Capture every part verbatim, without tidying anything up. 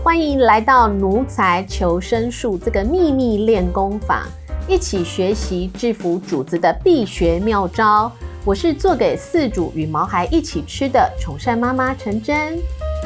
欢迎来到奴才求生术这个秘密练功坊，一起学习制服主子的必学妙招。我是做给饲主与毛孩一起吃的宠善妈妈陈真。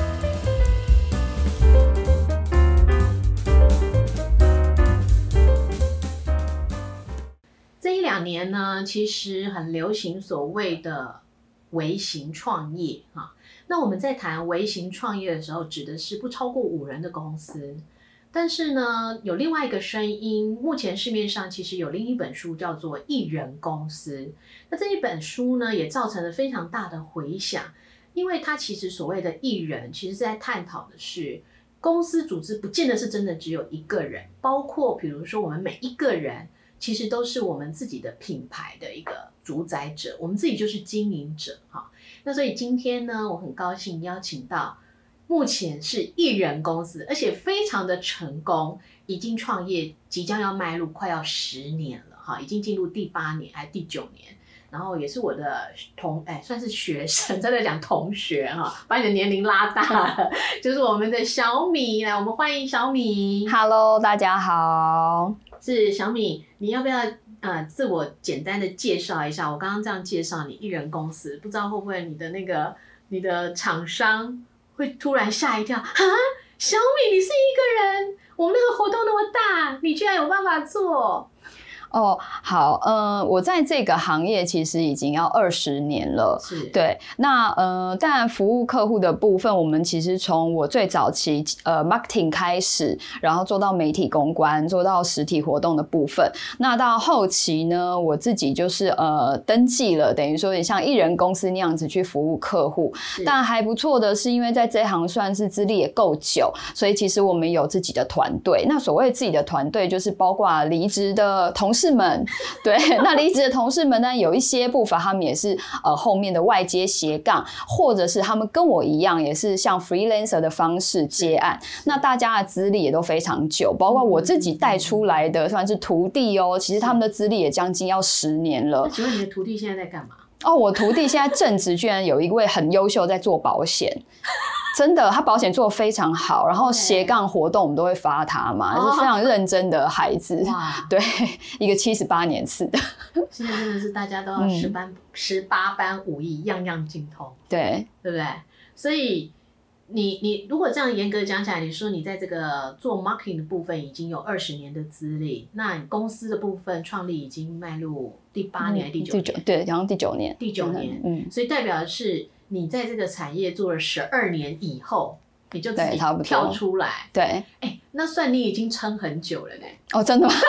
这一两年呢，其实很流行所谓的微型创业哈。那我们在谈微型创业的时候，指的是不超过五人的公司。但是呢，有另外一个声音，目前市面上其实有另一本书叫做一人公司。那这一本书呢，也造成了非常大的回响，因为它其实所谓的一人，其实是在探讨的是公司组织不见得是真的只有一个人，包括比如说我们每一个人其实都是我们自己的品牌的一个主宰者，我们自己就是经营者哈。那所以今天呢，我很高兴邀请到目前是一人公司，而且非常的成功，已经创业即将要迈入快要十年了哈，已经进入第八年还是第九年，然后也是我的同哎算是学生，真的讲同学哈，把你的年龄拉大了，就是我们的小米，来我们欢迎小米。 Hello， 大家好。 是小米，你要不要呃自我简单的介绍一下？我刚刚这样介绍你一人公司，不知道会不会你的那个你的厂商会突然吓一跳啊？小米你是一个人，我们那个活动那么大，你居然有办法做？ 哦，好，呃，我在这个行业其实已经要二十年了， 是， 对。那呃，当然服务客户的部分，我们其实从我最早期呃 marketing 开始，然后做到媒体公关，做到实体活动的部分。那到后期呢，我自己就是呃登记了，等于说也像一人公司那样子去服务客户。但还不错的是，因为在这行算是资历也够久，所以其实我们有自己的团队。那所谓自己的团队，就是包括离职的同事。同事们，对，那离职的同事们呢，有一些部分他们也是呃后面的外接斜杠，或者是他们跟我一样，也是像 freelancer 的方式接案。那大家的资历也都非常久，包括我自己带出来的算是徒弟哦，其实他们的资历也将近要十年了。 那请问你的徒弟现在在干嘛？ 哦，我徒弟现在正职居然有一位很优秀，在做保险。真的，他保险做得非常好，然后斜杠活动我们都会发他嘛，是、okay. 非常认真的孩子。哇，对，一个七十八年次的。 现在真的是大家都要十班十八般武艺，样样精通。 对， 对不对？所以你你如果这样严格讲起来，你说你在这个做 marketing 的部分已经有二十年的资历，那你公司的部分创立已经迈入第八年还是第九年？ 第九，对，然后第九年。 第九年，嗯，所以代表的是。你在这个产业做了十二年以后，你就自己跳出来， 对， 哎、欸，那算你已经撑很久了呢。 哦，真的吗？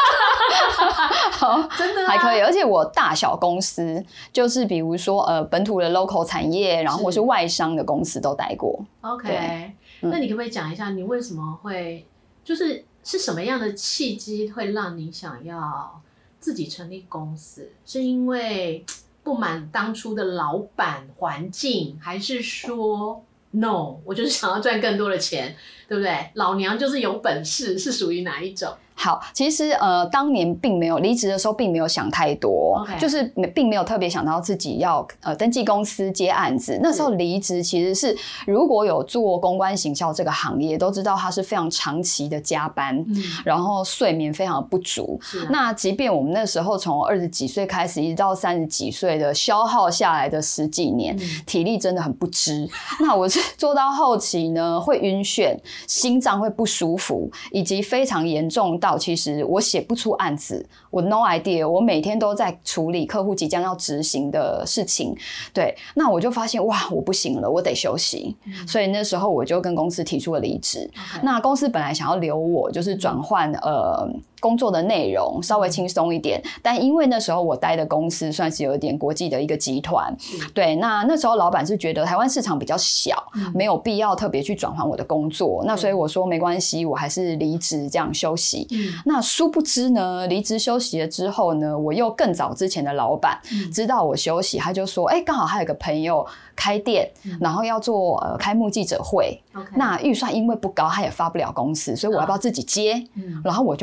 好， 真的、啊、 还可以。而且我大小公司，就是比如说呃本土的 local 产业，然后或是外商的公司都待过。 OK，、嗯、那你可不可以讲一下，你为什么会，就是是什么样的契机会让你想要自己成立公司？是因为不满当初的老板环境，还是说 no 我就是想要赚更多的钱，对不对？老娘就是有本事，是属于哪一种？ 好，其实呃，当年并没有离职的时候，并没有想太多， okay. 就是并没有特别想到自己要呃登记公司接案子。那时候离职其实是，如果有做公关行销这个行业，都知道它是非常长期的加班，嗯、然后睡眠非常不足。啊、那即便我们那时候从二十几岁开始，一直到三十几岁的消耗下来的十几年，嗯、体力真的很不支。那我是做到后期呢，会晕眩，心脏会不舒服，以及非常严重到。其实我写不出案子，我 no idea， 我每天都在处理客户即将要执行的事情。对，那我就发现哇，我不行了，我得休息。嗯、所以那时候我就跟公司提出了离职。Okay. 那公司本来想要留我，就是转换呃。工作的内容稍微轻松一点，但因为那时候我待的公司算是有一点国际的一个集团，对，那那时候老板是觉得台湾市场比较小，嗯、没有必要特别去转换我的工作，那所以我说没关系，我还是离职这样休息。嗯、那殊不知呢，离职休息了之后呢，我又更早之前的老板、嗯、知道我休息，他就说，哎、欸，刚好还有个朋友开店，嗯、然后要做呃开幕记者会， okay. 那预算因为不高，他也发不了公司，所以我要不要自己接？嗯、然后我就莫名其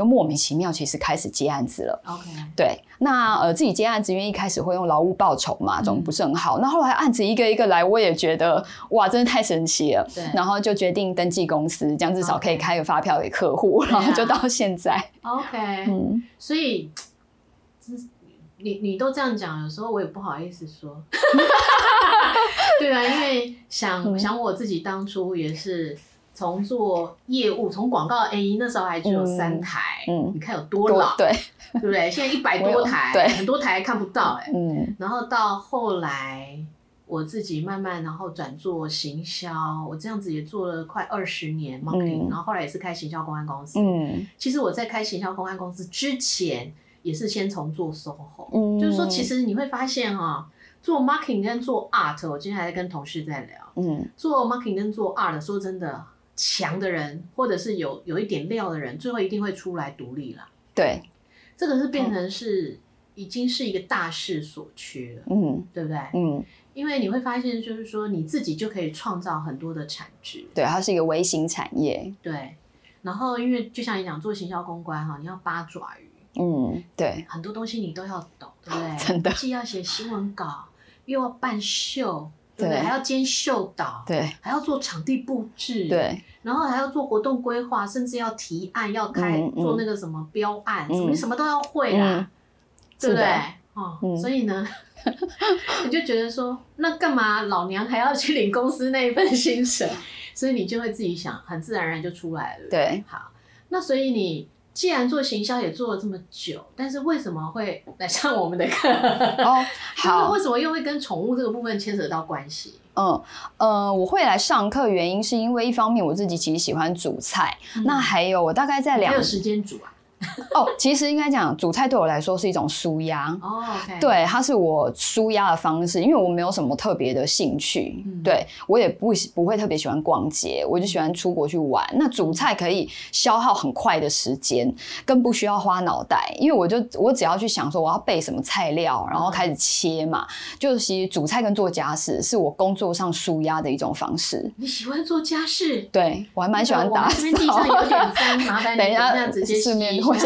其妙，其实开始接案子了。 OK， 对，那呃自己接案子，因为一开始会用劳务报酬嘛，总不是很好。嗯、那后来案子一个一个来，我也觉得哇，真的太神奇了。 对， 然后就决定登记公司，这样至少可以开个发票给客户， okay. 然后就到现在。 OK， 嗯，所以你你都这样讲，有时候我也不好意思说。对啊，因为想、嗯、想我自己当初也是从做业务，从广告 A E 那时候还只有三台，嗯，你看有多老， 对对不对？现在一百多台，对，很多台看不到哎、欸，嗯，然后到后来我自己慢慢然后转做行销，我这样子也做了快二十年 marketing，、嗯、然后后来也是开行销公关公司，嗯，其实我在开行销公关公司之前也是先从做 S O H O，嗯，就是说其实你会发现哈、哦。做 marketing 跟做 art， 我今天还在跟同事在聊。嗯，做 marketing 跟做 art， 说真的，强的人或者是有有一点料的人，最后一定会出来独立了。 对， 这个是变成是、嗯、已经是一个大势所趋了。嗯，对不对？嗯，因为你会发现，就是说你自己就可以创造很多的产值。 对，它是一个微型产业。 对，然后因为就像你讲做行销公关哈，你要八爪鱼。 嗯，对， 很多东西你都要懂，对不对？ 真的， 既要写新闻稿，又要办秀，对不对？还要兼秀导， 对， 还要做场地布置， 对， 然后还要做活动规划，甚至要提案，要开、嗯、做那个什么标案，嗯、什么你什么都要会啦，嗯、对不对？哦、嗯，所以呢，你就觉得说，那干嘛老娘还要去领公司那一份薪水？所以你就会自己想，很自然而然就出来了。 对， 好，那所以你。既然做行销也做了这么久，但是为什么会来上我们的课？哦，好，为什么又会跟宠物这个部分牵扯到关系？ 嗯呃，我会来上课，原因是因为一方面我自己其实喜欢煮菜，嗯、那还有我大概在两， 还有时间煮啊。 哦，其实应该讲煮菜对我来说是一种抒压哦、okay ， 对，它是我抒压的方式，因为我没有什么特别的兴趣，嗯、对我也不不会特别喜欢逛街，我就喜欢出国去玩。那煮菜可以消耗很快的时间，更不需要花脑袋，因为我就我只要去想说我要备什么菜料，然后开始切嘛。嗯、就是其实煮菜跟做家事是我工作上抒压的一种方式。 你喜欢做家事？ 对，我还蛮喜欢打扫。 我们这边地上有点脏，麻烦你等一下直接洗一下。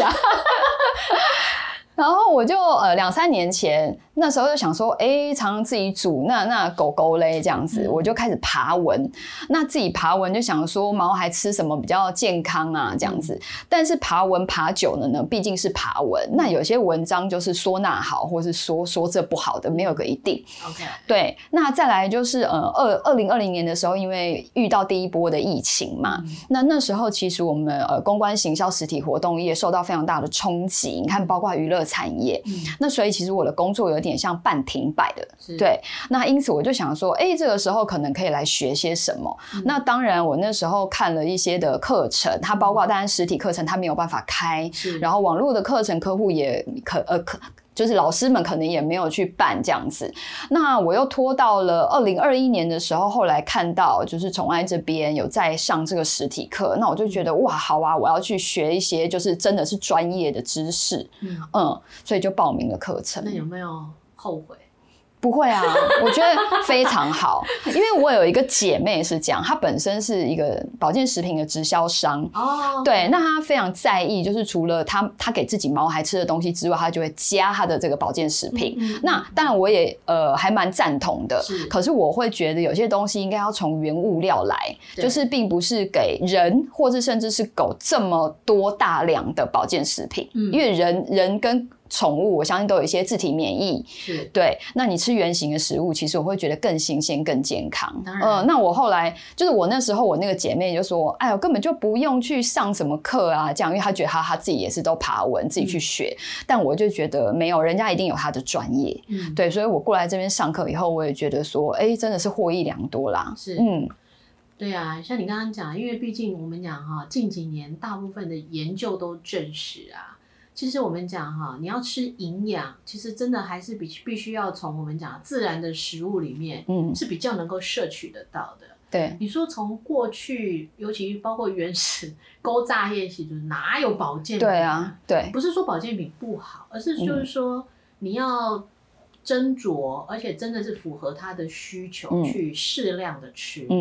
然后我就呃两三年前那时候就想说，哎，常常自己煮，那那狗狗嘞这样子，嗯、我就开始爬文。那自己爬文就想说，毛孩吃什么比较健康啊这样子。嗯、但是爬文爬久了呢，毕竟是爬文，那有些文章就是说那好，或是说说这不好的，没有个一定。 OK， 对。那再来就是呃二二零二零年的时候，因为遇到第一波的疫情嘛，嗯、那那时候其实我们呃公关行销实体活动业受到非常大的冲击。你看，包括娱乐产业，嗯、那所以其实我的工作有点像半停摆的，对。那因此我就想说，哎、欸，这个时候可能可以来学些什么。嗯、那当然，我那时候看了一些的课程，它包括当然实体课程它没有办法开，然后网络的课程客户也可呃可。就是老师们可能也没有去办这样子，那我又拖到了二零二一年的时候，后来看到就是宠爱这边有在上这个实体课，那我就觉得哇，好啊，我要去学一些就是真的是专业的知识，嗯嗯，所以就报名了课程。 那有没有后悔？ 不会啊，我觉得非常好，因为我有一个姐妹是这样，她本身是一个保健食品的直销商，哦，对，那她非常在意，就是除了她她给自己毛孩吃的东西之外，她就会加她的这个保健食品。嗯嗯、那当然我也呃还蛮赞同的，是，可是我会觉得有些东西应该要从原物料来，就是并不是给人或是甚至是狗这么多大量的保健食品，嗯、因为人人跟宠物我相信都有一些自体免疫，是，对，那你吃原型的食物，其实我会觉得更新鲜、更健康。当然，呃，那我后来就是我那时候我那个姐妹就说：“哎呦，根本就不用去上什么课啊，这样，因为她觉得她她自己也是都爬文自己去学。嗯”但我就觉得没有，人家一定有她的专业，嗯，对，所以我过来这边上课以后，我也觉得说，哎，真的是获益良多啦。 是，嗯。对啊，像你刚刚讲，因为毕竟我们讲哈，近几年大部分的研究都证实啊。其实我们讲哈，你要吃营养，其实真的还是必必须要从我们讲自然的食物里面，嗯，是比较能够摄取得到的。 对， 你说从过去，尤其包括原始勾炸叶系，就是哪有保健品、啊？ 对啊，对， 不是说保健品不好，而是就是说你要斟酌，而且真的是符合他的需求，嗯、去适量的吃。嗯。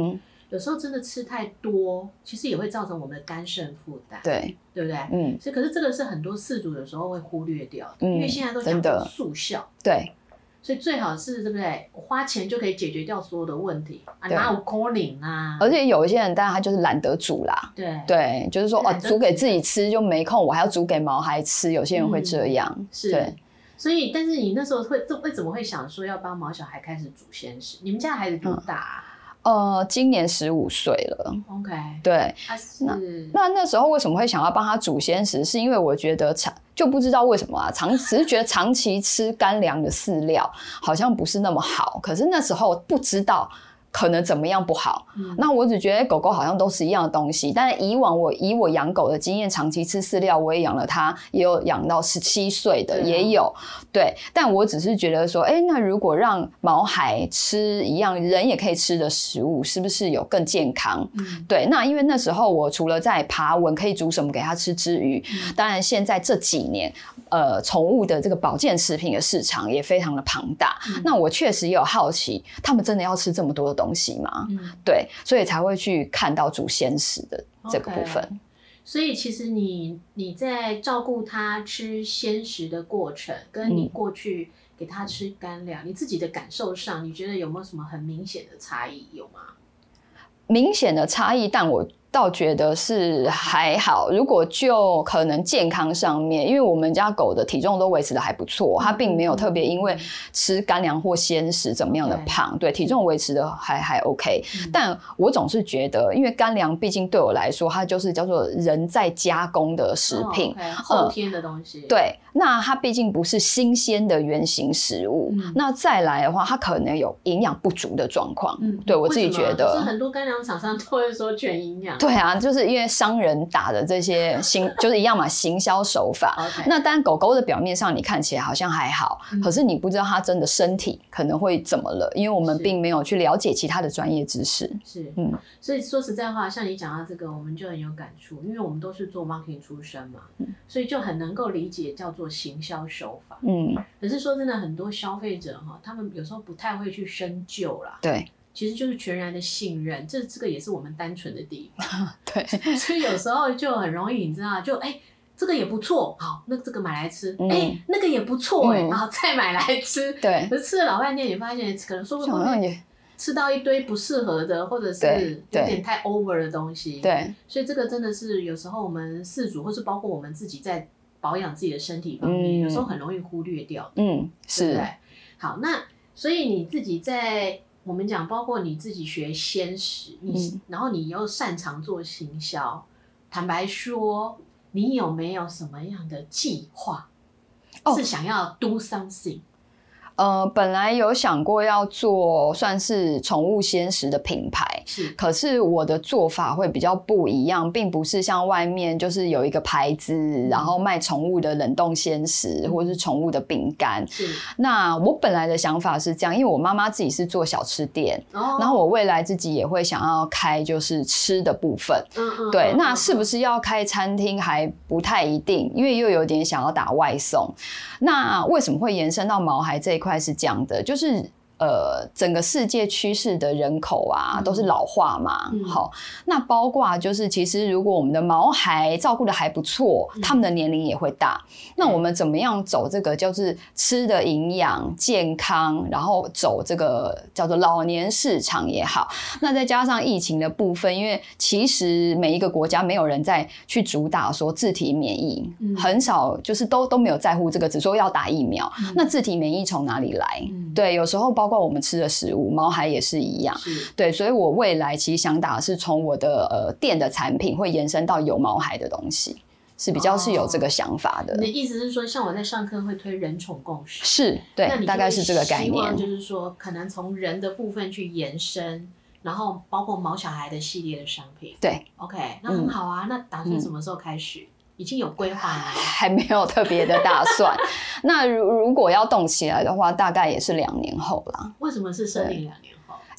有时候真的吃太多，其实也会造成我们的肝肾负担， 对对不对？ 嗯， 所以可是这个是很多饲主有时候会忽略掉的， 嗯、 因为现在都讲究速效， 对。 所以最好是对不对？我花钱就可以解决掉所有的问题啊，哪有可能啊？ 而且有一些人，当然他就是懒得煮啦。 对对，就是说哦，煮给自己吃就没空，我还要煮给毛孩吃。有些人会这样， 嗯、是。 对。 所以，但是你那时候会为什么会想说要帮毛小孩开始煮鲜食？你们家孩子多大啊？ 嗯、呃，今年十五岁了。 OK。 对。 啊、是那那那时候为什么会想要帮他煮鲜食？是因为我觉得长就不知道为什么啊，长只是觉得长期吃干粮的饲料好像不是那么好。可是那时候不知道可能怎么样不好，嗯、那我只觉得狗狗好像都是一样的东西。但是以往我以我养狗的经验，长期吃饲料，我也养了它，也有养到十七岁的，也有。对，但我只是觉得说，哎、欸，那如果让毛孩吃一样人也可以吃的食物，是不是有更健康？嗯、对，那因为那时候我除了在爬文可以煮什么给它吃之余，嗯、当然现在这几年，呃，宠物的这个保健食品的市场也非常的庞大。嗯、那我确实也有好奇，他们真的要吃这么多的东西吗？嗯、对，所以才会去看到煮鲜食的这个部分。Okay. 所以其实你你在照顾他吃鲜食的过程，跟你过去给他吃干粮，嗯、你自己的感受上，你觉得有没有什么很明显的差异？有吗？ 明显的差异，但我倒觉得是还好。如果就可能健康上面，因为我们家狗的体重都维持的还不错，它并没有特别因为吃干粮或鲜食怎么样的胖， okay. 对，体重维持的还还 OK、嗯。但我总是觉得，因为干粮毕竟对我来说，它就是叫做人在加工的食品， 哦 okay, 后天的东西、 嗯。对，那它毕竟不是新鲜的原型食物。嗯、那再来的话，它可能有营养不足的状况。嗯，对我自己觉得， 可是很多干粮厂商都会说全营养。 对啊，就是因为商人打的这些行，就是一样嘛，行销手法。Okay. 那当然，狗狗的表面上你看起来好像还好，嗯、可是你不知道它真的身体可能会怎么了，因为我们并没有去了解其他的专业知识。 是，嗯，所以说实在话，像你讲到这个，我们就很有感触，因为我们都是做 marketing 出身嘛，嗯、所以就很能够理解叫做行销手法。嗯，可是说真的，很多消费者哈，他们有时候不太会去深究啦。 对。 其实就是全然的信任，这这个也是我们单纯的地方。 对， 所以有时候就很容易，你知道，就哎、欸，这个也不错，好，那这个买来吃，哎、嗯欸，那个也不错、欸，哎、嗯，好，再买来吃。 对， 可是吃了老半天，你发现可能说不定吃到一堆不适合的，或者是有点太 over 的东西。 对， 所以这个真的是有时候我们饲主，或是包括我们自己在保养自己的身体方面，嗯、有时候很容易忽略掉的。 嗯，是。 对不对？好，那所以你自己在。我们讲，包括你自己学鲜食，你、嗯、然后你又擅长做行销。坦白说，你有没有什么样的计划，哦、是想要 do something？ 呃，本来有想过要做算是宠物鲜食的品牌， 是， 可是我的做法会比较不一样，并不是像外面就是有一个牌子，嗯、然后卖宠物的冷冻鲜食，嗯、或是宠物的饼干。 是， 那我本来的想法是这样，因为我妈妈自己是做小吃店，哦、然后我未来自己也会想要开就是吃的部分。嗯嗯，对，嗯、那是不是要开餐厅还不太一定，因为又有点想要打外送。那为什么会延伸到毛孩这一块？是这样的，就是呃，整个世界趋势的人口啊，嗯、都是老化嘛。嗯、好，那包括就是其实如果我们的毛孩照顾的还不错，嗯、他们的年龄也会大。嗯、那我们怎么样走这个就是吃的营养健康，然后走这个叫做老年市场也好。那再加上疫情的部分，因为其实每一个国家没有人在去主打说自体免疫，嗯、很少就是都都没有在乎这个，只说要打疫苗。嗯、那自体免疫从哪里来？嗯、对，有时候包括我们吃的食物，毛孩也是一样。对，所以我未来其实想打的是从我的呃店的产品会延伸到有毛孩的东西，是比较是有这个想法的。 哦、你的意思是说，像我在上课会推人宠共识， 是对，大概是这个概念。 希望就是说，可能从人的部分去延伸，然后包括毛小孩的系列的商品。 对 ，OK， 那很好啊。嗯、那打算什么时候开始？嗯已经有规划了， 还没有特别的打算。那如如果要动起来的话，大概也是两年后啦。 为什么是设定两年后？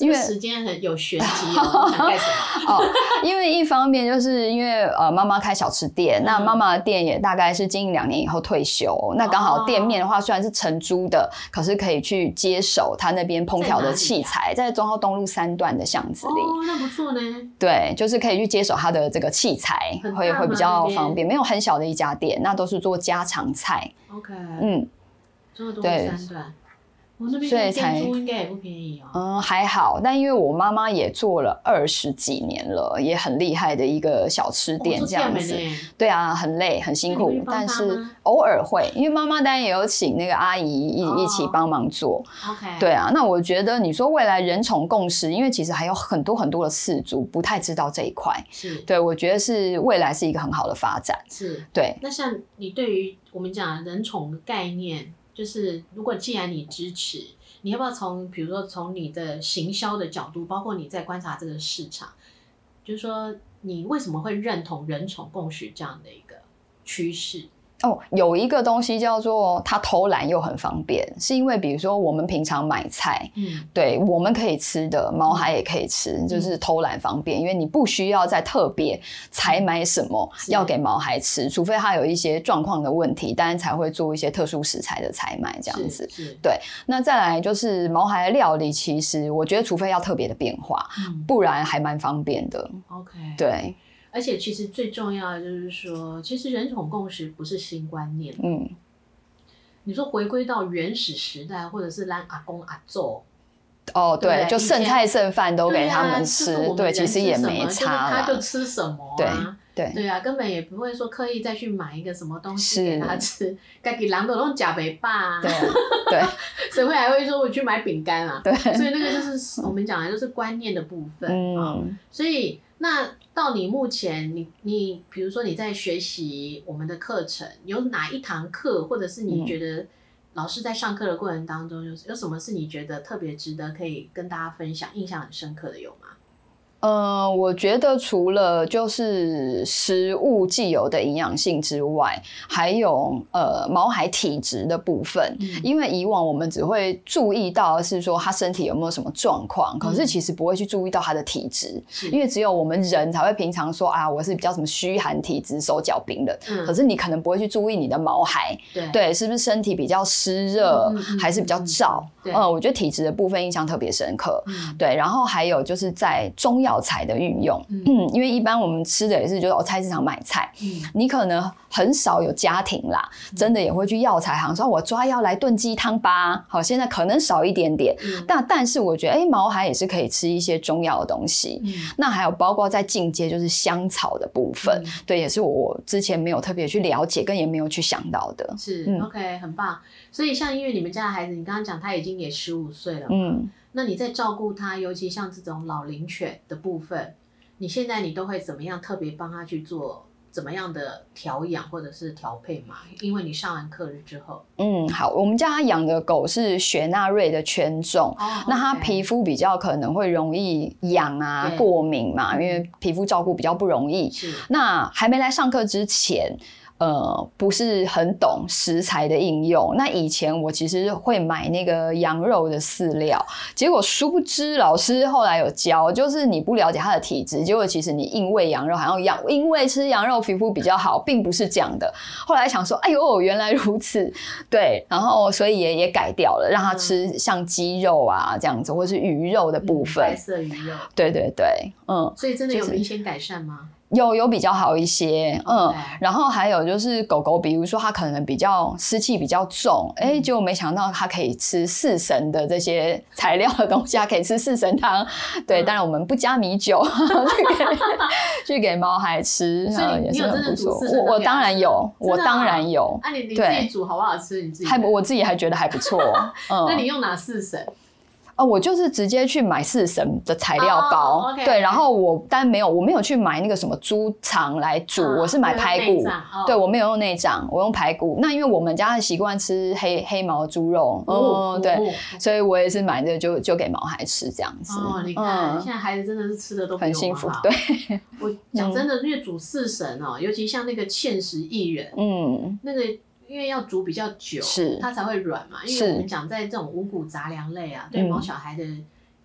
因为时间很有玄机哦，你想干什么？ 哦，因为一方面就是因为呃妈妈开小吃店，嗯、那妈妈的店也大概是经营两年以后退休，那刚好店面的话虽然是承租的，可是可以去接手他那边烹调的器材，在中浩东路三段的巷子里。 哦，那不错呢。 对，就是可以去接手他的这个器材，会会比较方便。没有很小的一家店，那都是做家常菜。 OK， 嗯， 中浩东路三段。我那边店租应该也不便宜哦。 嗯，还好，但因为我妈妈也做了二十几年了，也很厉害的一个小吃店这样子。哦、对啊，很累很辛苦，但是偶尔会，因为妈妈当然也有请那个阿姨一、哦、一起帮忙做。 OK， 对啊，那我觉得你说未来人宠共识，因为其实还有很多很多的饲主不太知道这一块。 是， 对我觉得是未来是一个很好的发展。 是， 对。 那像你对于我们讲人宠的概念，就是如果既然你支持。你要不要从，比如说从你的行销的角度，包括你在观察这个市场，就是说你为什么会认同人宠共识这样的一个趋势？ 哦，有一个东西叫做它偷懒又很方便，是因为比如说我们平常买菜，嗯，对，我们可以吃的，毛孩也可以吃，嗯、就是偷懒方便，因为你不需要再特别采买什么要给毛孩吃，除非他有一些状况的问题，当然才会做一些特殊食材的采买这样子。对，那再来就是毛孩的料理，其实我觉得除非要特别的变化，嗯、不然还蛮方便的。 OK， 对。 而且其实最重要的就是说，其实人宠共识不是新观念。嗯，你说回归到原始时代，或者是让阿公阿祖， 哦，对，就剩菜剩饭都给他们吃，对，啊对，其实也没差啦，他就吃什么、啊， 对对对啊，根本也不会说刻意再去买一个什么东西给他吃，自己人都弄假北霸， 对对， 谁会还会说我去买饼干啊？ 对， 所以那个就是我们讲的就是观念的部分啊、嗯哦，所以那。到你目前，你你比如说你在学习我们的课程，有哪一堂课，或者是你觉得老师在上课的过程当中，有有什么是你觉得特别值得可以跟大家分享、印象很深刻的有吗？ 呃，我觉得除了就是食物既有的营养性之外，还有呃毛孩体质的部分、嗯。因为以往我们只会注意到的是说他身体有没有什么状况，可是其实不会去注意到他的体质、嗯，因为只有我们人才会平常说啊，我是比较什么虚寒体质，手脚冰冷、嗯。可是你可能不会去注意你的毛孩，对，对是不是身体比较湿热、嗯嗯，还是比较燥？嗯，呃、我觉得体质的部分印象特别深刻。嗯，对，然后还有就是在中药材的运用，嗯，因为一般我们吃的也是就是哦菜市场买菜，嗯，你可能很少有家庭啦，嗯、真的也会去药材行说我抓药来炖鸡汤吧，好，现在可能少一点点，嗯、但但是我觉得哎毛孩也是可以吃一些中药的东西，嗯，那还有包括在进阶就是香草的部分，嗯、对，也是我之前没有特别去了解，跟也没有去想到的， 是、嗯、OK 很棒。所以像因为你们家的孩子，你刚刚讲他已经也十五岁了嘛，嗯。那你在照顾他，尤其像这种老龄犬的部分，你现在你都会怎么样特别帮他去做怎么样的调养或者是调配嘛？因为你上完课之后， 嗯，好，我们家养的狗是雪纳瑞的犬种，哦，那它皮肤比较可能会容易痒啊、过敏嘛，因为皮肤照顾比较不容易。是，那还没来上课之前。呃，不是很懂食材的应用。那以前我其实会买那个羊肉的饲料，结果殊不知老师后来有教，就是你不了解它的体质，结果其实你硬喂羊肉，好像羊因为吃羊肉皮肤比较好，并不是这样的。后来想说，哎呦，原来如此，对，然后所以也也改掉了，让它吃像鸡肉啊这样子，或是鱼肉的部分，嗯、 白色鱼肉， 对对对，嗯， 所以真的有明显改善吗？ 有有比较好一些，嗯， okay. 然后还有就是狗狗，比如说它可能比较湿气比较重，哎、嗯，结果没想到它可以吃四神的这些材料的东西，它可以吃四神汤，对，嗯、当然我们不加米酒，去给去给猫孩吃， 所以你有真的煮四神汤？ 我我当然有，我当然有， 啊，你你自己煮好不好吃？你自己还我自己还觉得还不错， 嗯，那你用哪四神？ 哦，我就是直接去买四神的材料包， oh, okay. 对，然后我但没有，我没有去买那个什么猪肠来煮， uh, 我是买排骨， oh. 对，我没有用内脏，我用排骨。那因为我们家的习惯吃黑黑毛猪肉，嗯、oh, ，对， oh. 所以我也是买的就就给毛孩吃这样子。 哦、oh, ，你看、嗯，现在孩子真的是吃的都比我很幸福，对。 我讲真的，因为煮四神哦，尤其像那个芡实薏仁，嗯，那个。因为要煮比较久，它才会软嘛。因为我们讲在这种五谷杂粮类啊，对毛小孩的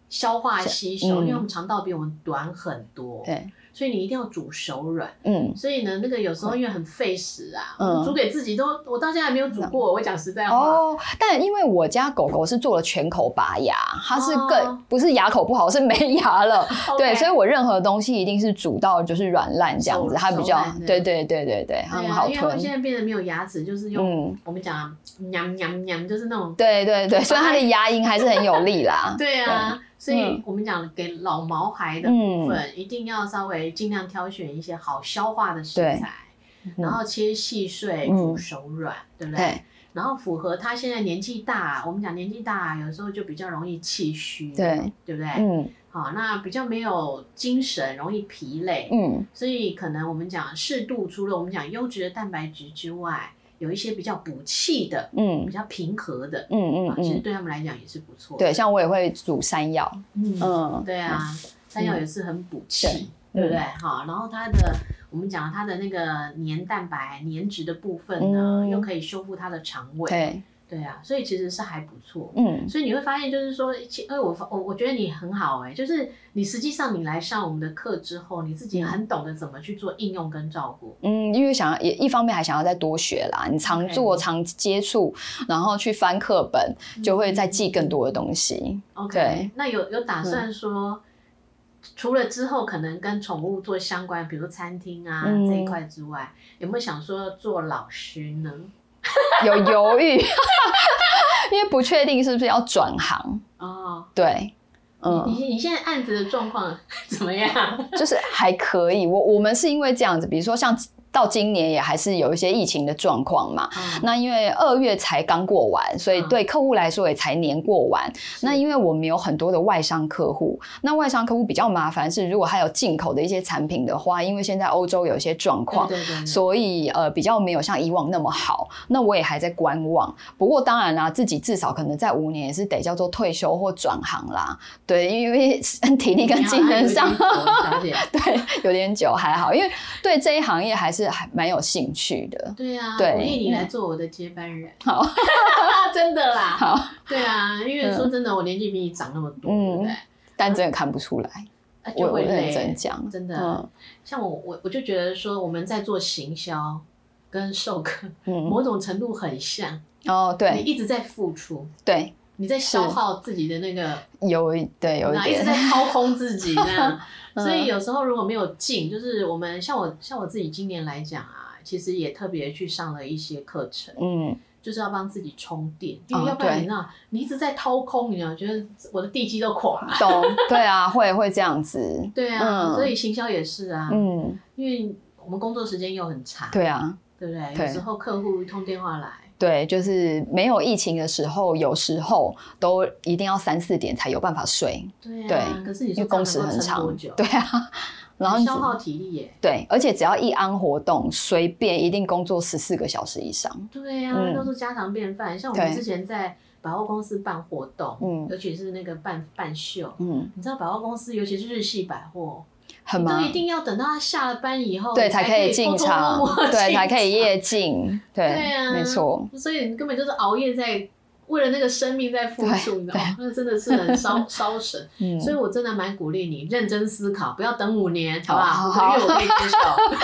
消化吸收，嗯、因为我们肠道比我们短很多， 对， 所以你一定要煮熟软。 嗯， 所以呢，那个有时候因为很费时啊，嗯、煮给自己都，我到现在还没有煮过。我讲实在话。 哦，但因为我家狗狗是做了全口拔牙，它是更、哦、不是牙口不好，是没牙了。对，所以我任何东西一定是煮到就是软烂这样子，它比较对对对对对，它很好吞。 因为它现在变得没有牙齿，就是用、嗯、我们讲娘娘娘，就是那种。 对对对，所以它的牙龈还是很有力啦。 对啊。所以我们讲给老毛孩的部分，嗯、一定要稍微尽量挑选一些好消化的食材，然后切细碎、煮熟软，嗯、对不对？对。然后符合他现在年纪大，我们讲年纪大，有时候就比较容易气虚， 对， 对不对？ 嗯。 好，那比较没有精神，容易疲累，嗯。所以可能我们讲适度，除了我们讲优质的蛋白质之外。有一些比较补气的，嗯，比较平和的，嗯嗯、啊、其实对他们来讲也是不错的。 对，像我也会煮山药，嗯嗯， 对啊，山药也是很补气，嗯、对不对？好、嗯，然后它的我们讲它的那个黏蛋白、黏质的部分呢，嗯、又可以修复它的肠胃。对。对啊，所以其实是还不错，嗯，所以你会发现就是说，哎，我我我觉得你很好哎、欸，就是你实际上你来上我们的课之后，你自己很懂得怎么去做应用跟照顾， 嗯，因为想要也一方面还想要再多学啦，你常做、okay. 常接触，然后去翻课本，就会再记更多的东西。 OK， 对，那有有打算说，嗯、除了之后可能跟宠物做相关，比如说餐厅啊、嗯、这一块之外，有没有想说做老师呢？ 有犹豫，因为不确定是不是要转行哦。对， 嗯，你你现在案子的状况怎么样？ 就是还可以。我我们是因为这样子，比如说像。到今年也还是有一些疫情的状况嘛，嗯、那因为二月才刚过完，所以对客户来说也才年过完。嗯、那因为我们有很多的外商客户，那外商客户比较麻烦是，如果还有进口的一些产品的话，因为现在欧洲有一些状况，对对对对，所以呃比较没有像以往那么好。那我也还在观望。不过当然啦，自己至少可能在五年也是得叫做退休或转行啦。对，因为体力跟精神上，对，有点久还好，因为对这一行业还是。还蛮有兴趣的， 对啊，鼓励你来做我的接班人，好，真的啦， 好， 对啊，因为说真的，我年纪比你长那么多，嗯、对不对？ 但真的看不出来， 啊、就会累， 我认真讲， 真的，嗯、像我我我就觉得说，我们在做行销跟授课，嗯、某种程度很像哦，对， 你一直在付出， 对。 你在消耗自己的那个有对有一点， 一直在掏空自己这样，所以有时候如果没有进，就是我们像我像我自己今年来讲啊，其实也特别去上了一些课程，嗯，就是要帮自己充电，因为要不然你知道、哦、你一直在掏空，你知道觉得我的地基都垮了， 懂？对啊，会会这样子， 对啊，嗯、所以行销也是啊，嗯，因为我们工作时间又很长， 对啊， 对不对？对，有时候客户一通电话来。 对，就是没有疫情的时候，有时候都一定要三四点才有办法睡。 对啊，对，可是你说工时很长，对啊， 然后消耗体力耶。 对，而且只要一安活动，随便一定工作十四个小时以上。 对啊，嗯、都是家常便饭。像我们之前在百货公司办活动，嗯，尤其是那个办办秀，嗯，你知道百货公司，尤其是日系百货。 很忙， 都一定要等到他下了班以后， 对，才可以进场，对，才可以夜进， 对， 对啊， 没错。 所以你根本就是熬夜在为了那个生命在付出，你知道吗？那真的是很烧烧神。嗯，所以我真的蛮鼓励你认真思考，不要等五年，好不好？五个月我可以接受。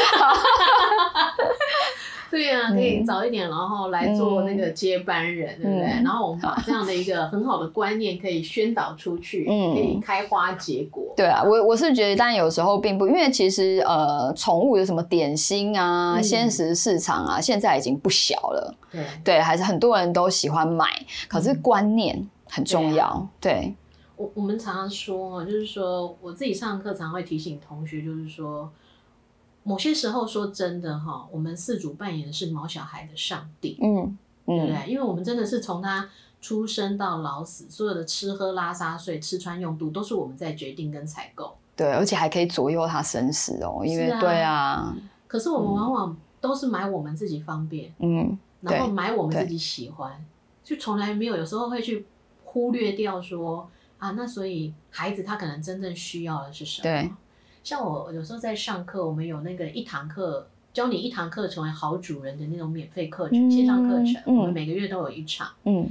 对啊，可以早一点，然后来做那个接班人，嗯、对不对？然后我们把这样的一个很好的观念可以宣导出去，嗯、可以开花结果。 对啊，我我是觉得，但有时候并不，因为其实呃，宠物有什么点心啊、嗯、鲜食市场啊，现在已经不小了。对对，还是很多人都喜欢买，可是观念很重要。嗯、对,、啊、对， 我我们常常说，就是说我自己上课常会提醒同学，就是说。某些时候说真的哈，我们饲主扮演的是毛小孩的上帝，嗯，嗯对不对？因为我们真的是从他出生到老死，所有的吃喝拉撒睡、吃穿用度都是我们在决定跟采购。 对，而且还可以左右他生死哦，因为啊对啊。 可是我们往往都是买我们自己方便，嗯，然后买我们自己喜欢，就从来没有有时候会去忽略掉说啊，那所以孩子他可能真正需要的是什么？对。像我有时候在上课，我们有那个一堂课教你一堂课成为好主人的那种免费课程、嗯、线上课程，嗯、我们每个月都有一场。嗯，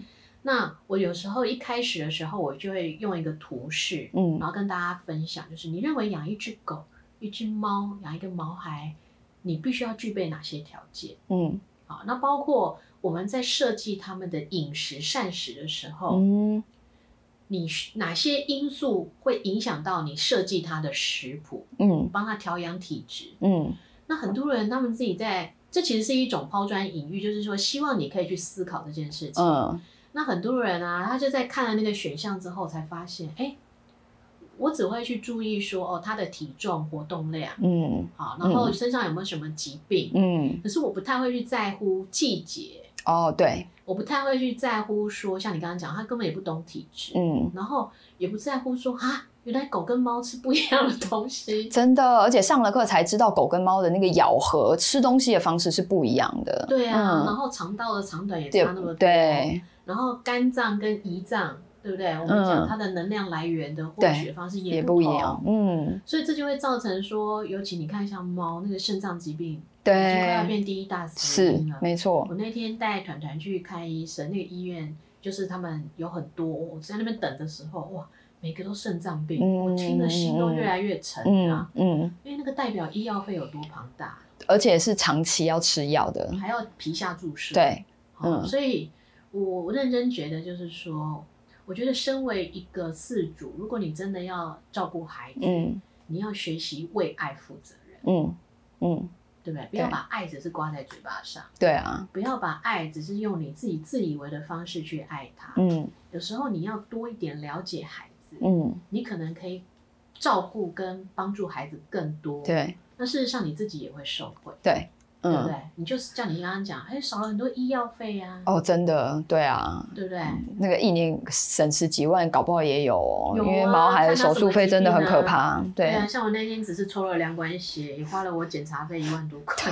那我有时候一开始的时候，我就会用一个图示，嗯，然后跟大家分享，就是你认为养一只狗、一只猫、养一个毛孩，你必须要具备哪些条件？嗯，好，那包括我们在设计他们的饮食膳食的时候，嗯，你哪些因素会影响到你设计它的食谱？嗯，帮他调养体质。嗯，那很多人他们自己在，这其实是一种抛砖引玉，就是说希望你可以去思考这件事情。嗯。那很多人啊，他就在看了那个选项之后，才发现，哎，我只会去注意说，哦，他的体重、活动量，嗯，好，然后身上有没有什么疾病，嗯，可是我不太会去在乎季节， 哦，对， 我不太会去在乎说，像你刚刚讲，他根本也不懂体质，嗯，然后也不在乎说，啊，原来狗跟猫吃不一样的东西， 真的，而且上了课才知道狗跟猫的那个咬合、吃东西的方式是不一样的， 对啊，嗯、然后肠道的长短也差那么多， 对。 然后肝脏跟胰脏，对不对？我们讲它的能量来源的获取的方式也不同，也不一样，嗯，所以这就会造成说，尤其你看像猫那个肾脏疾病，对，已经快要变第一大死因了， 是没错。 我那天带团团去看医生，那个医院就是他们有很多，我在那边等的时候，哇，每个都肾脏病，嗯、我听了心都越来越沉啊，嗯，嗯因为那个代表医药费有多庞大， 而且是长期要吃药的， 还要皮下注射， 对， 嗯，所以。我认真觉得就是说，我觉得身为一个饲主，如果你真的要照顾孩子，嗯，你要学习为爱负责任，嗯嗯，对不对？不要把爱只是挂在嘴巴上， 对啊， 不要把爱只是用你自己自以为的方式去爱他，嗯，有时候你要多一点了解孩子，嗯，你可能可以照顾跟帮助孩子更多， 对， 那事实上你自己也会受惠， 对。 对不对？你就是像你刚刚讲，哎，少了很多医药费啊。 哦，真的，对啊， 对不对？ 那个一年省十几万，搞不好也有哦。 有啊， 因为毛孩的手术费真的很可怕。 对, 对啊，像我那天只是抽了两管血，也花了我检查费一万多块。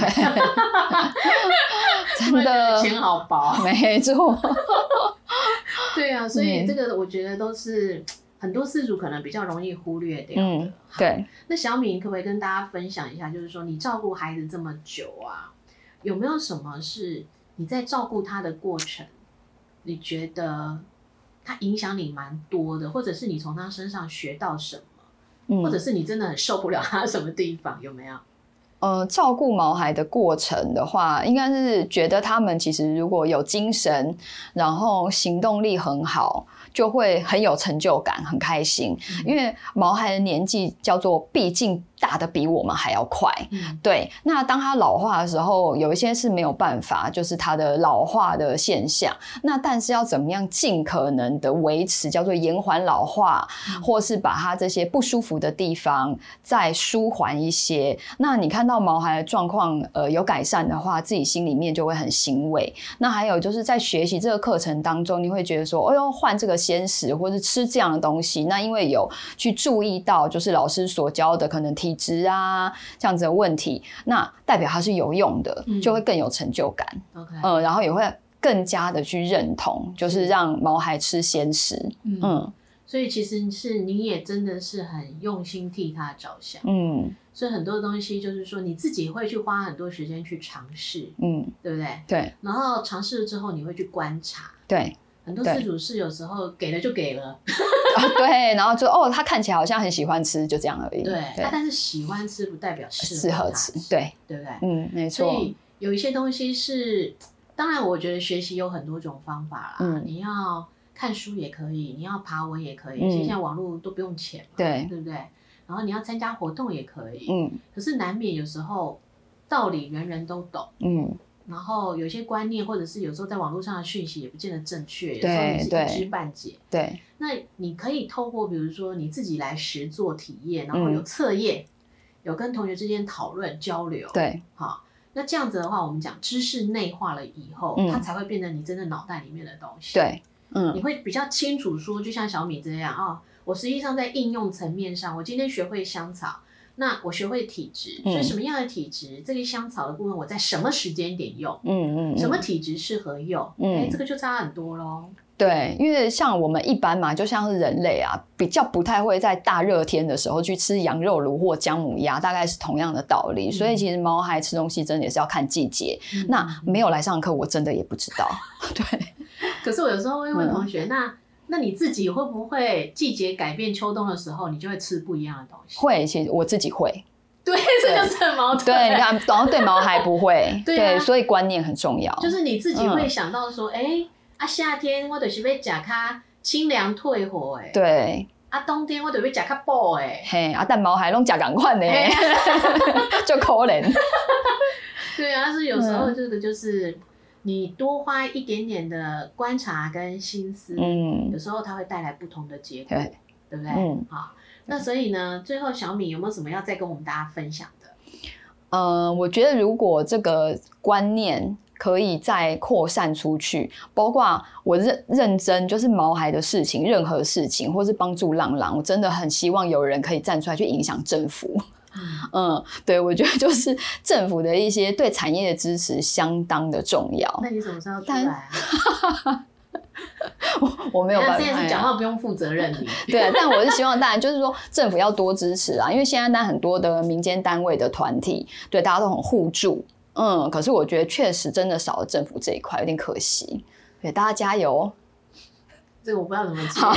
真的钱好薄。 没错。 对啊，所以这个我觉得都是。很多饲主可能比较容易忽略掉的。嗯， 对。 那小米可不可以跟大家分享一下，就是说你照顾孩子这么久啊，有没有什么是你在照顾他的过程，你觉得他影响你蛮多的，或者是你从他身上学到什么，嗯、或者是你真的很受不了他什么地方，有没有？ 呃，照顾毛孩的过程的话，应该是觉得他们其实如果有精神，然后行动力很好，就会很有成就感，很开心。嗯、因为毛孩的年纪叫做毕竟大的比我们还要快，嗯、对。那当他老化的时候，有一些是没有办法，就是他的老化的现象。那但是要怎么样尽可能的维持，叫做延缓老化，嗯、或是把他这些不舒服的地方再舒缓一些。那你看到毛孩的状况呃有改善的话，自己心里面就会很欣慰。那还有就是在学习这个课程当中，你会觉得说，哎呦，换这个鲜食或是吃这样的东西，那因为有去注意到就是老师所教的可能体质啊这样子的问题，那代表它是有用的，嗯、就会更有成就感。 Okay. 嗯，然后也会更加的去认同，就是让毛孩吃鲜食。嗯。嗯所以其实是你也真的是很用心替他着想，嗯，所以很多东西就是说你自己会去花很多时间去尝试，嗯，对不对？ 对。 然后尝试了之后，你会去观察， 对。 很多饲主是有时候给了就给了， 啊、对，然后就哦，他看起来好像很喜欢吃，就这样而已。 对，对啊、但是喜欢吃不代表适合吃， 对，对不对？ 嗯，没错。 所以有一些东西是，当然我觉得学习有很多种方法啦，嗯、你要。看书也可以，你要爬文也可以，嗯、现在网络都不用钱嘛， 对， 对不对？然后你要参加活动也可以，嗯，可是难免有时候道理人人都懂，嗯，然后有些观念或者是有时候在网络上的讯息也不见得正确，有时候你是一知半解， 对。 那你可以透过比如说你自己来实作体验，然后有测验，嗯、有跟同学之间讨论交流， 对， 好。那这样子的话，我们讲知识内化了以后，嗯、它才会变成你真的脑袋里面的东西， 对。 嗯，你会比较清楚说，就像小米这样啊、哦，我实际上在应用层面上，我今天学会香草，那我学会体质，所以什么样的体质，这个香草的部分我在什么时间点用，嗯嗯，什么体质适合用，嗯，哎，这个就差很多咯。 对，因为像我们一般嘛，就像是人类啊，比较不太会在大热天的时候去吃羊肉炉或姜母鸭，大概是同样的道理。嗯、所以其实毛孩吃东西真的也是要看季节。嗯、那没有来上课，我真的也不知道。对。 可是我有时候会问同学，嗯、那那你自己会不会季节改变秋冬的时候，你就会吃不一样的东西？ 会，其实我自己会。 对，这就是很矛盾。 对，你看，然后对毛孩不会， 对, 啊、 对，所以观念很重要。 就是你自己会想到说，哎、嗯欸，啊夏天我就是要吃较清凉退火诶， 对。 啊冬天我就要吃较补诶， 嘿，啊但毛孩拢吃同款的，就可怜。 对啊，但是有时候这个就是你多花一点点的观察跟心思，嗯，有时候它会带来不同的结果，对, 对不对？嗯，好。那所以呢，最后小米有没有什么要再跟我们大家分享的？ 呃，我觉得如果这个观念可以再扩散出去，包括我认认真就是毛孩的事情，任何事情，或是帮助浪浪，我真的很希望有人可以站出来去影响政府。嗯, 嗯，对，我觉得就是政府的一些对产业的支持相当的重要。 那你什么时候出来啊？ 我, 我没有办法， 现在是讲话不用负责任你。 对，但我是希望，当然就是说政府要多支持啊，因为现在当然很多的民间单位的团体，对大家都很互助，嗯，可是我觉得确实真的少了政府这一块，有点可惜。对，大家加油。 这个我不知道怎么接。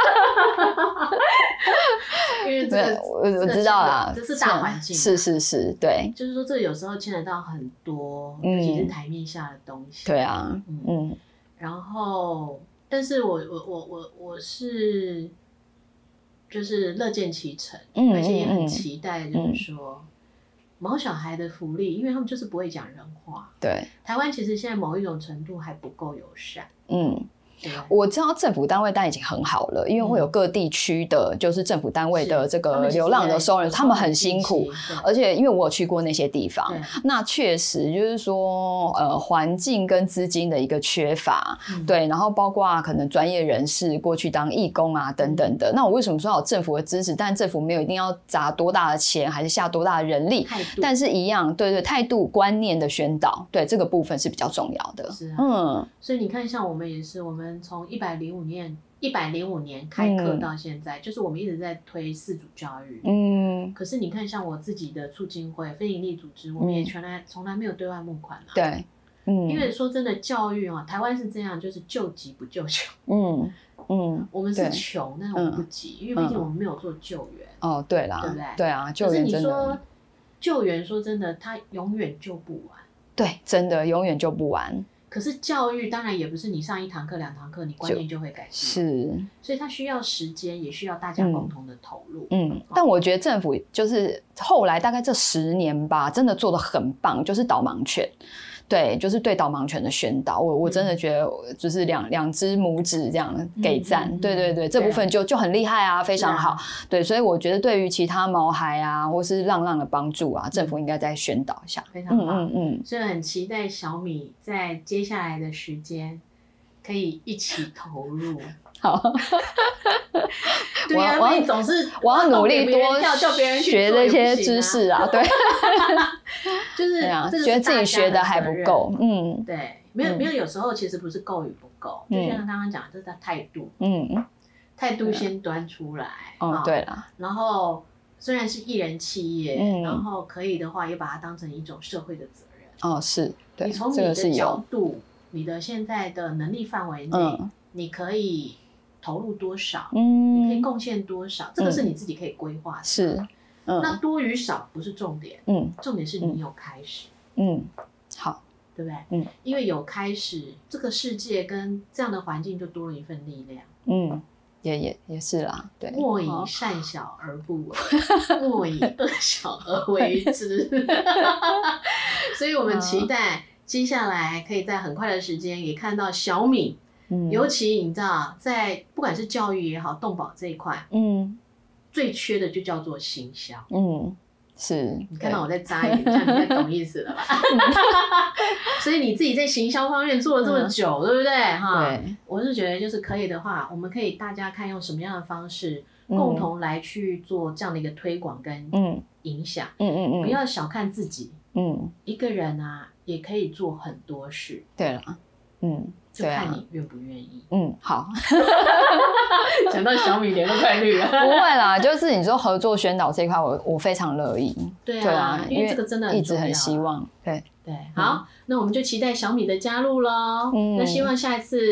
因为这个我我知道啦， 这是大环境， 是是是，对， 就是说这有时候牵扯到很多，尤其是台面下的东西。 对啊，嗯。嗯然后，但是我我我我我是就是乐见其成，嗯、而且也很期待，就是说、嗯、毛小孩的福利，因为他们就是不会讲人话。 对， 台湾其实现在某一种程度还不够友善。 嗯。我知道政府单位当然已经很好了，因为会有各地区的就是政府单位的这个流浪的收容人，他们很辛苦，而且因为我有去过那些地方，那确实就是说呃环境跟资金的一个缺乏、嗯、对，然后包括可能专业人士过去当义工啊等等的、嗯、那我为什么说有政府的支持，但政府没有一定要砸多大的钱还是下多大的人力，但是一样对对态度观念的宣导，对这个部分是比较重要的。 是啊，嗯，所以你看像我们也是，我们从一百零五年一百零五年开课到现在、嗯、就是我们一直在推四组教育，嗯，可是你看像我自己的促进会非营利组织，我们也从来从来没有对外募款啊， 对，嗯，因为说真的教育啊，台湾是这样，就是救急不救穷，嗯嗯，我们是穷，但是我们不急、嗯，因为毕竟我们没有做救援， 哦，对啦， 对不对？ 对啊，救援真的，可是你说救援，说真的，它永远救不完， 对，真的永远救不完。 可是教育当然也不是你上一堂课两堂课你观念就会改变， 是， 所以它需要时间，也需要大家共同的投入。 嗯，嗯但我觉得政府就是后来大概这十年吧，真的做得很棒，就是导盲犬。对，就是对导盲犬的宣导，我我真的觉得就是两两只拇指这样给赞、嗯，对对对，这部分就就很厉害啊，非常好、啊。对，所以我觉得对于其他毛孩啊，或是浪浪的帮助啊，政府应该再宣导一下。 非常好，嗯嗯，所以很期待小米在接下来的时间可以一起投入。 好， 对啊，我总是我要努力多叫别人学这些知识啊，对， 就是觉得自己学的还不够，嗯， 对，没有没有，有时候其实不是够与不够，就像刚刚讲，这是态度，嗯，态度先端出来， 哦，对了， 然后虽然是艺人企业，然后可以的话也把它当成一种社会的责任， 哦，是，对， 你从你的角度，你的现在的能力范围内，你可以投入多少、嗯、你可以贡献多少，这个是你自己可以规划的、嗯、 是、 嗯、那多与少不是重点、嗯、重点是你有开始， 嗯，好， 对不对？嗯，因为有开始，这个世界跟这样的环境就多了一份力量， 嗯，也也也是啦，对， 莫以善小而不为，莫以恶小而为之所以我们期待接下来可以在很快的时间也看到小米，嗯、尤其你知道，在不管是教育也好，动保这一块，嗯，最缺的就叫做行销， 嗯，是， 你看到我在眨眼，这样你应该懂意思了吧？所以你自己在行销方面做了这么久，嗯、对不对？哈，对，我是觉得就是可以的话，我们可以大家看用什么样的方式，嗯、共同来去做这样的一个推广跟影响，嗯嗯嗯，不要小看自己，嗯，一个人啊也可以做很多事， 对了，嗯。 就看你愿不愿意。 嗯，好。 讲到小米脸都快绿了。 不会啦，就是你说合作宣导这一块，我我非常乐意。 对啊，对啊，因为这个真的很一直很希望。对对，好、嗯，那我们就期待小米的加入咯。嗯，那希望下一次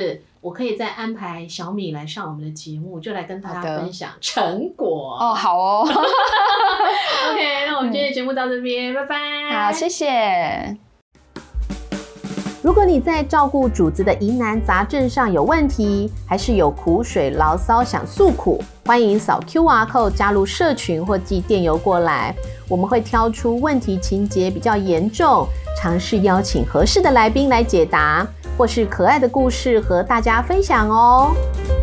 我可以再安排小米来上我们的节目，就来跟大家分享成果。 哦，好哦。 OK， 那我们今天的节目到这边，嗯、拜拜。 好，谢谢。 如果你在照顾主子的疑难杂症上有问题，还是有苦水牢骚想诉苦，欢迎扫 Q R code 加入社群或寄电邮过来，我们会挑出问题情节比较严重，尝试邀请合适的来宾来解答，或是可爱的故事和大家分享哦。